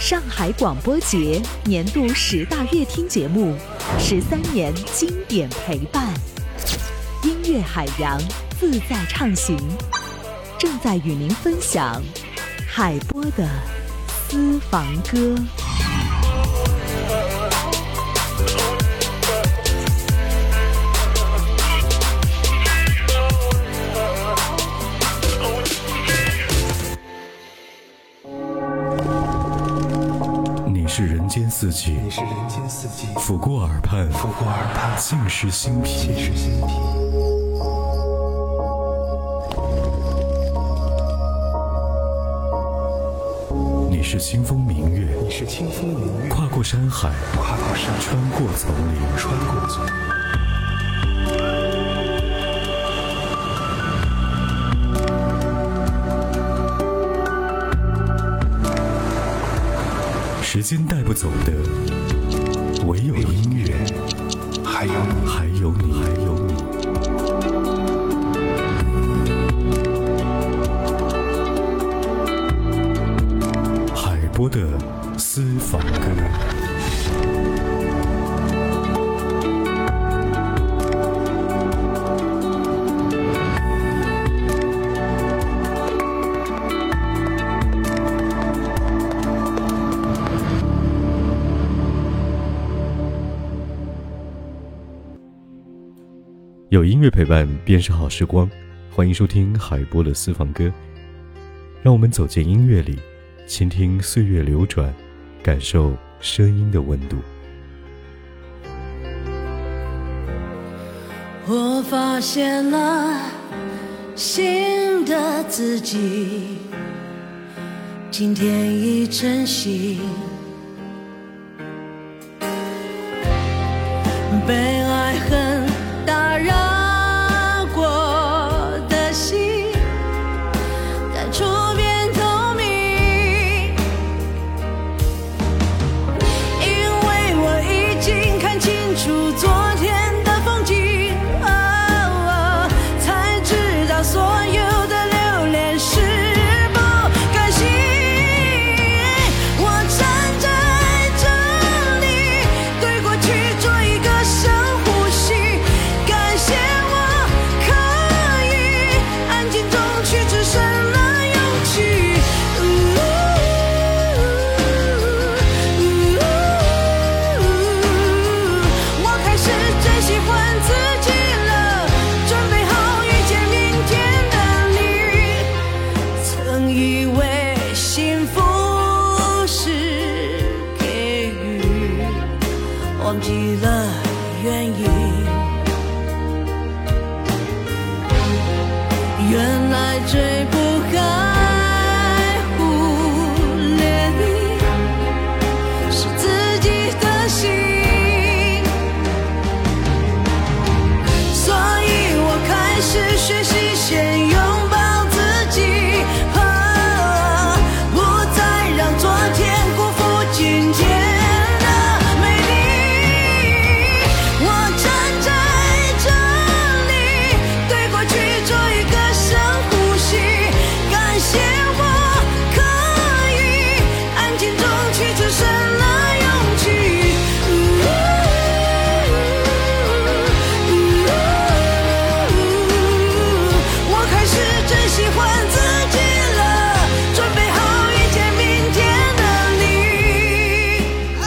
上海广播节年度10大乐听节目，13年经典陪伴，音乐海洋自在畅行，正在与您分享海波的私房歌。 你是人间四季，抚过耳畔，尽是心脾。你是清风明月，跨过山海，穿过丛林。时间带不走的，唯有音乐，还有你。海波的私房歌。有音乐陪伴便是好时光，欢迎收听海波的私房歌，让我们走进音乐里，倾听岁月流转，感受声音的温度。 我发现了新的自己，今天已晨醒，被爱恨打扰过的心，感触变透明，因为我已经看清楚昨天的风景，才知道所有的留恋是不甘心。我站在这里，对过去做一个深呼吸，感谢我可以安静中去只剩了勇气。我开始真喜欢自己了，准备好遇见明天的你。曾以为幸福是给予，忘记了原因，原来最不该忽略你是自己的心，所以我开始学习先拥抱自己，不再让昨天辜负今天的美丽。我站在这里，对过去做一个深呼吸，感谢我可以安静中去只剩了勇气。我开始真喜欢自己了，准备好遇见明天的你。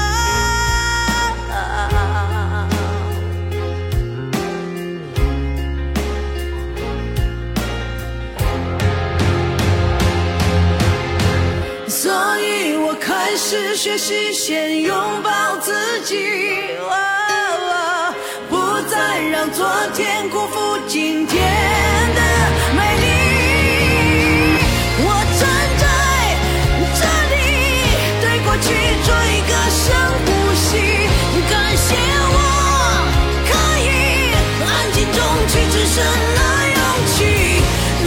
所以我开始学习先拥抱自己，不再让昨天辜负今天的美丽。我站在这里，对过去做一个深呼吸，感谢我可以安静中去只剩了勇气。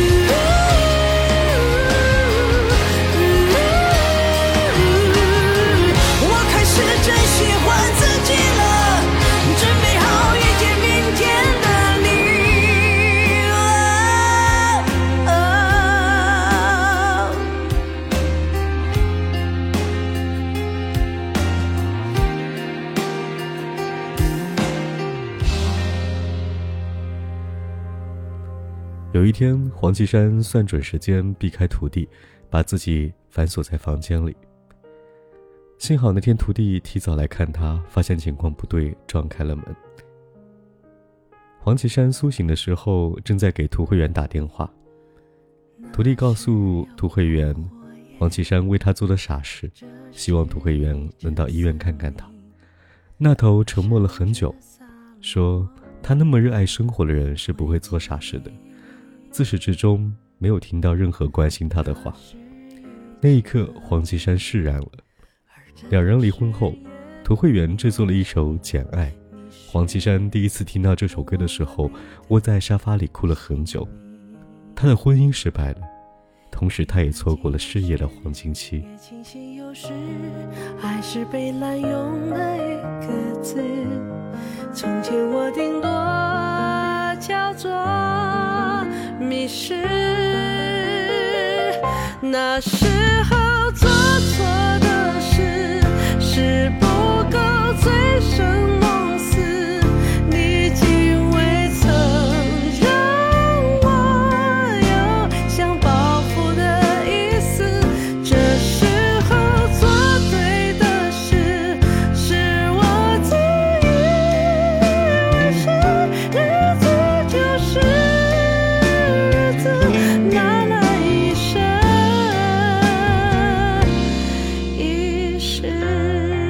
我开始真喜欢自己了，准备好遇见明天的你。 有一天，黄绮珊算准时间避开徒弟，把自己反锁在房间里。幸好那天徒弟提早来看他，发现情况不对，撞开了门。黄绮珊苏醒的时候，正在给涂慧源打电话。徒弟告诉涂慧源，黄绮珊为他做了傻事，希望涂慧源能到医院看看他。那头沉默了很久，说他那么热爱生活的人是不会做傻事的。自始至终没有听到任何关心他的话。那一刻，黄绮珊释然了。两人离婚后，涂慧源制作了一首《简爱》。黄绮珊第一次听到这首歌的时候，窝在沙发里哭了很久。她的婚姻失败了，同时她也错过了事业的黄金期。 清醒有时爱是被滥用的一个字，从前我顶多叫做迷失，那时候做错的事是不够醉生梦死，你竟未曾让我有想报复的意思，这时候做对的事是我自以为是，日子就是日子，哪来一生一世。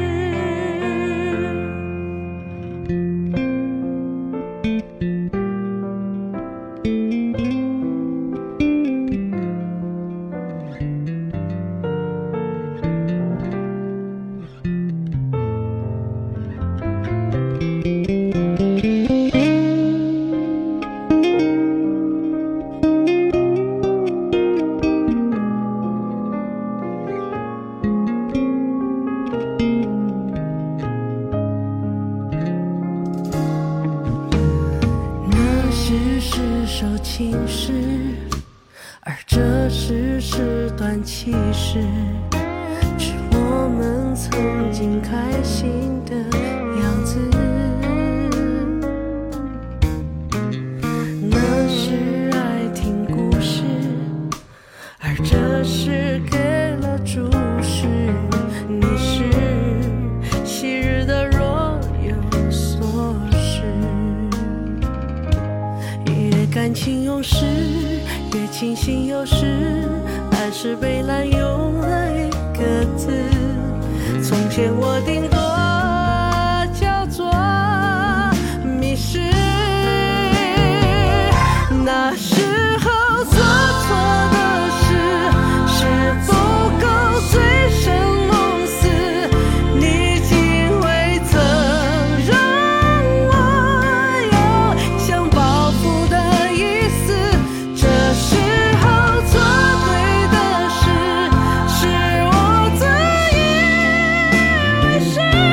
是首情诗，而这是段启事，是我们曾经开心的样子。那是爱听故事，而这是给了注释。你是昔日的若有所失，越感情用事，越清醒有时，爱是被滥用的一个字。从前我顶多叫做迷失，那时候做错的事是不够醉生梦死，你竟未曾让我有想报复的意思，这时候做对的事是我自以为是。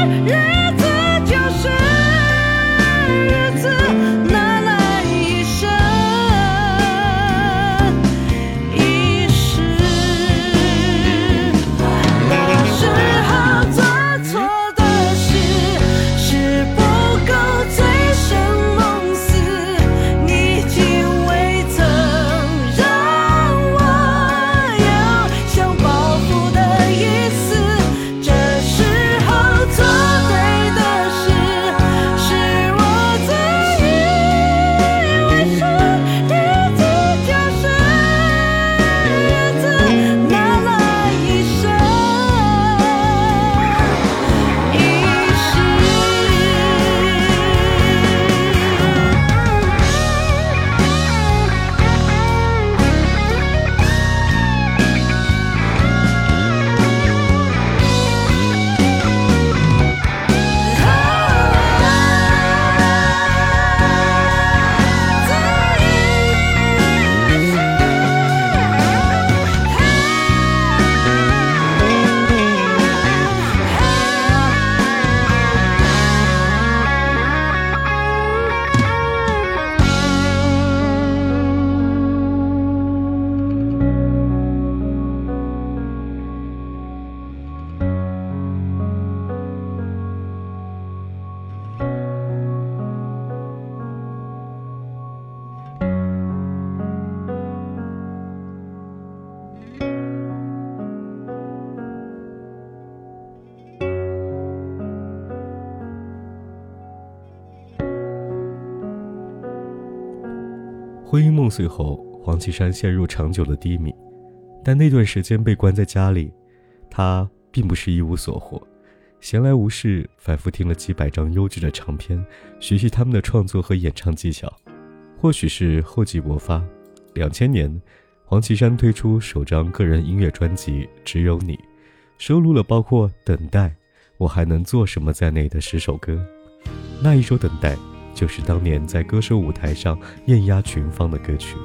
婚姻梦碎后，黄绮珊陷入长久的低迷，但那段时间被关在家里，她并不是一无所获，闲来无事反复听了几百张优质的唱片，学习他们的创作和演唱技巧。或许是厚积薄发，2000年黄绮珊推出首张个人音乐专辑《只有你》，收录了包括《等待》《我还能做什么》在内的10首歌。那一首《等待》就是当年在歌手舞台上艳压群芳的歌曲。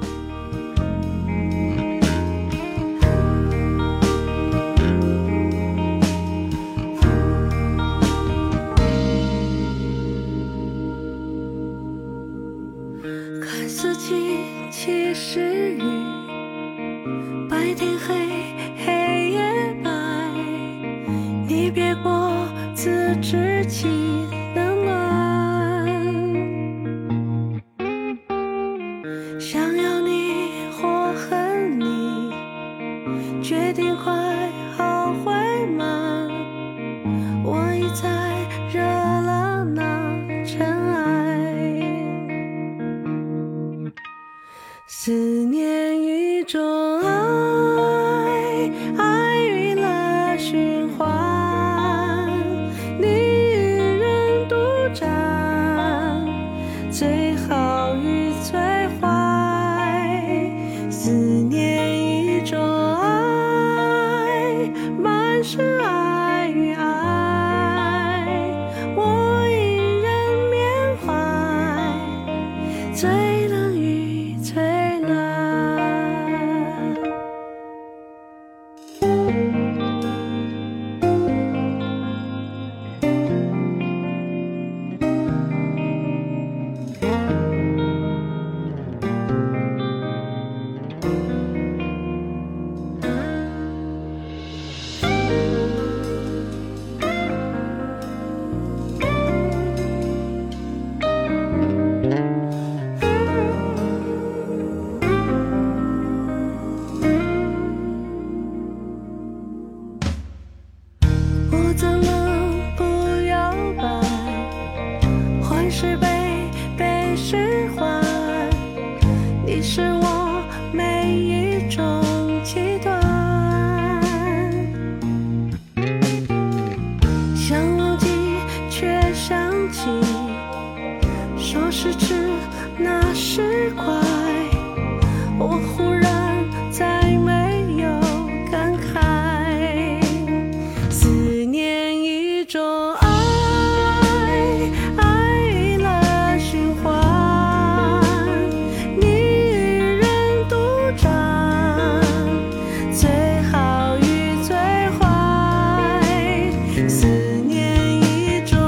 看似晴，其实雨，白天黑，黑夜白，你别过自知其冷暖，想要你或恨你，决定快好坏慢，我已在热了那尘埃，思念一种爱，爱与了循环，你与人独占，最好与最坏，思念一种爱，满是爱与爱，我一人缅怀，最冷与最暖。我怎能不摇摆？换是悲，悲是欢，你是我每一种期待。想忘记却想起，说是痴，那是怪。我忽然再没有感慨。思念一种爱，爱与了循环，你与人独占，最好与最坏，思念一种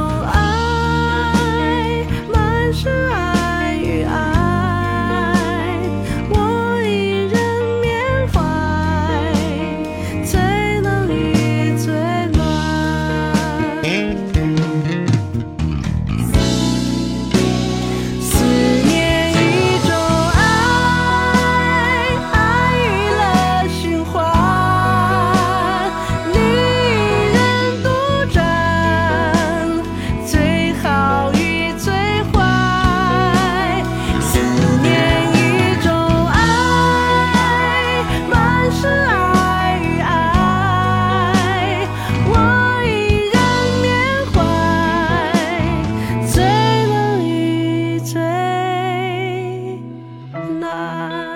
爱，满是爱与爱，我一人缅怀，最冷与最暖。思念一种爱，爱与了循环，你与人独占，最好与最坏，思念一种爱，满是爱与爱，我一人缅怀，最冷与最暖。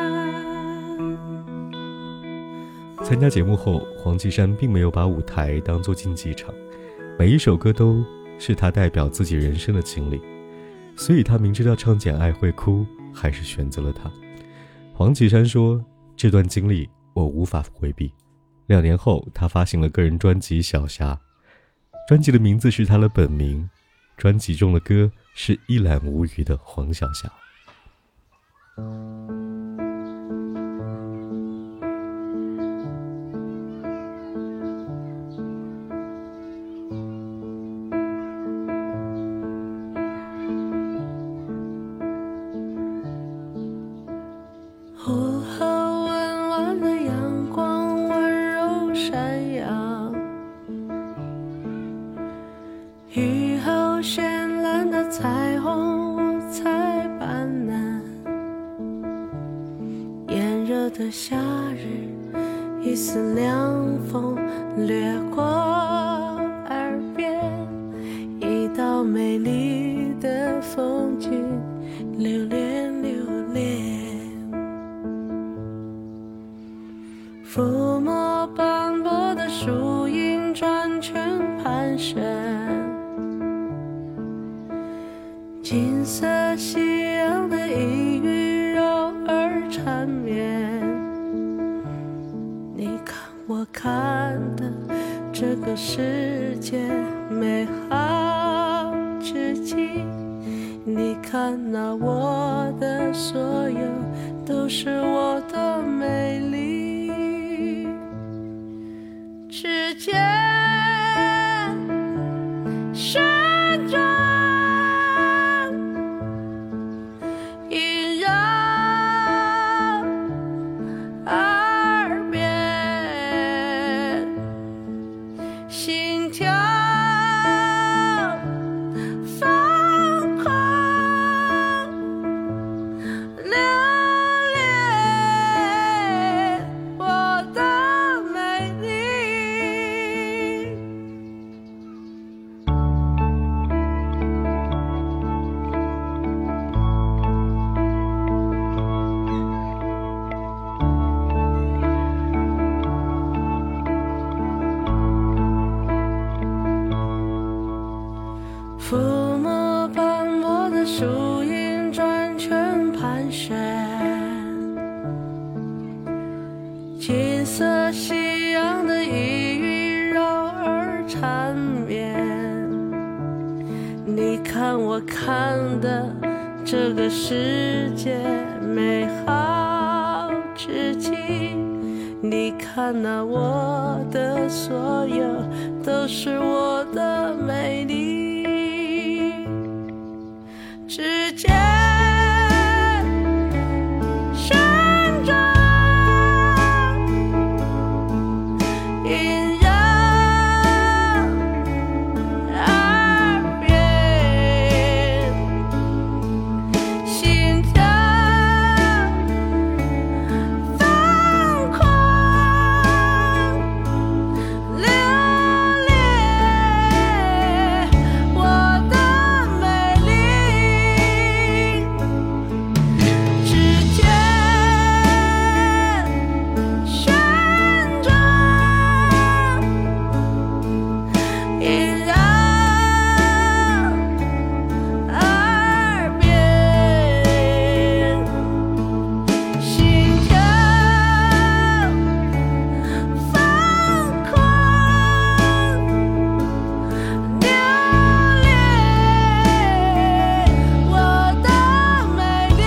参加节目后，黄绮珊并没有把舞台当作竞技场，每一首歌都是她代表自己人生的经历，所以她明知道唱简爱会哭，还是选择了它。黄绮珊说，这段经历我无法回避。2年后，她发行了个人专辑《小霞》，专辑的名字是她的本名，专辑中的歌是一览无余的黄小霞。 午后温暖的阳光温柔闪耀，雨后绚烂的彩虹五彩斑斓， 的夏日，一丝凉风掠过耳边，一道美丽的风景，留恋留恋。抚摸斑驳的树影，转圈盘旋，金色夕阳的一语绕耳缠绵。你看我看的这个世界美好至极，你看那我的所有都是我的美丽。指尖旋转，萦绕耳边，心跳疯狂留恋我的美丽。抚摸斑驳的树影，转圈盘旋，金色夕阳的一语绕耳缠绵。你看我看的这个世界美好至极，你看那我的所有都是我的美丽。指尖旋转，萦绕耳边，心跳疯狂留恋我的美丽。指尖旋转，萦绕耳边，心跳疯狂留恋我的美丽。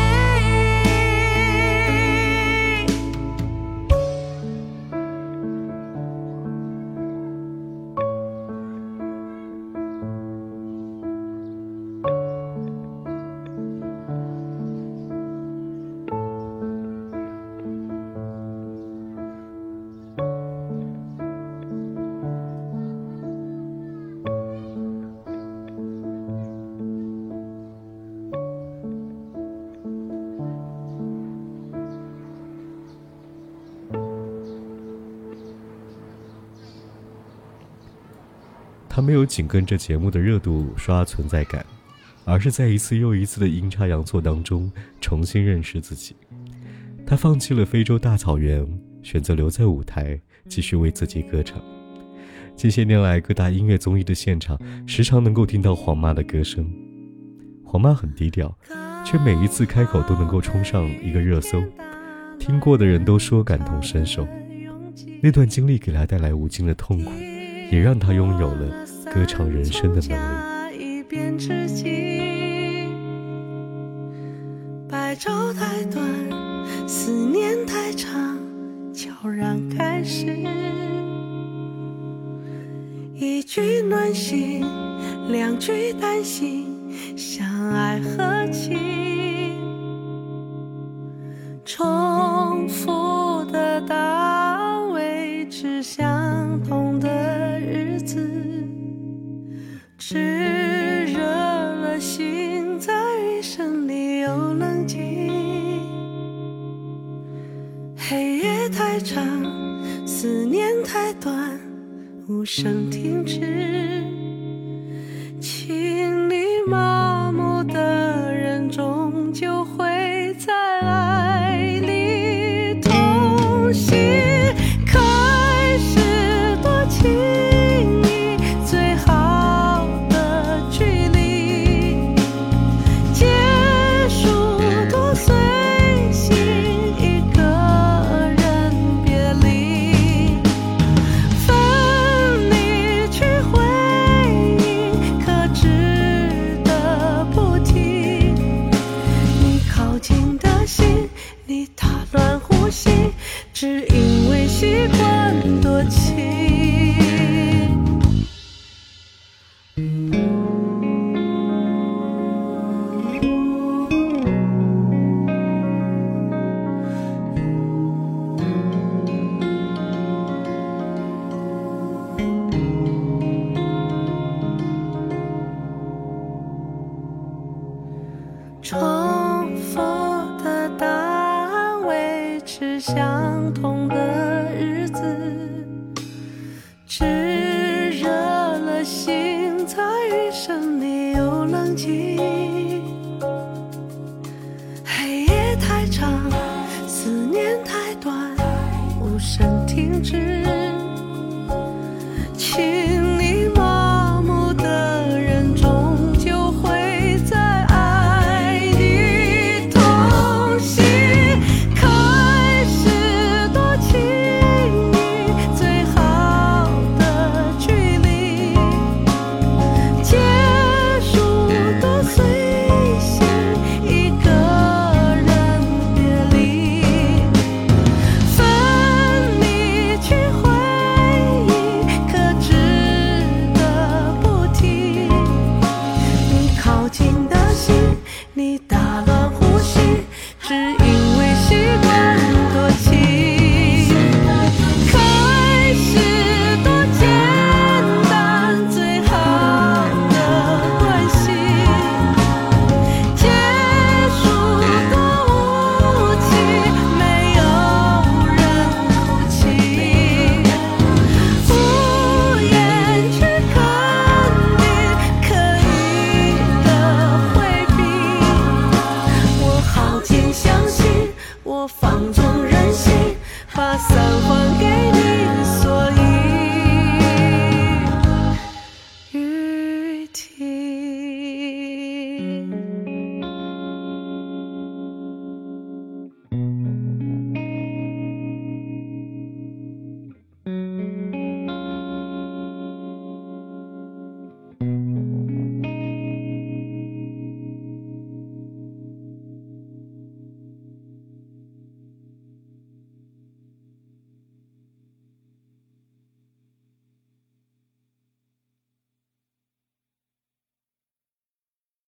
他没有紧跟着节目的热度刷存在感，而是在一次又一次的阴差阳错当中重新认识自己。他放弃了非洲大草原，选择留在舞台，继续为自己歌唱。近些年来，各大音乐综艺的现场时常能够听到黄妈的歌声。黄妈很低调，却每一次开口都能够冲上一个热搜，听过的人都说感同身受。那段经历给他带来无尽的痛苦，也让他拥有了歌唱人生的能力。 一边之际，白昼太短，思念太长，悄然开始。一句暖心，两句担心，相爱何情？重复的到为止相同的日子，炙热了心，在余生里有冷静。黑声停止。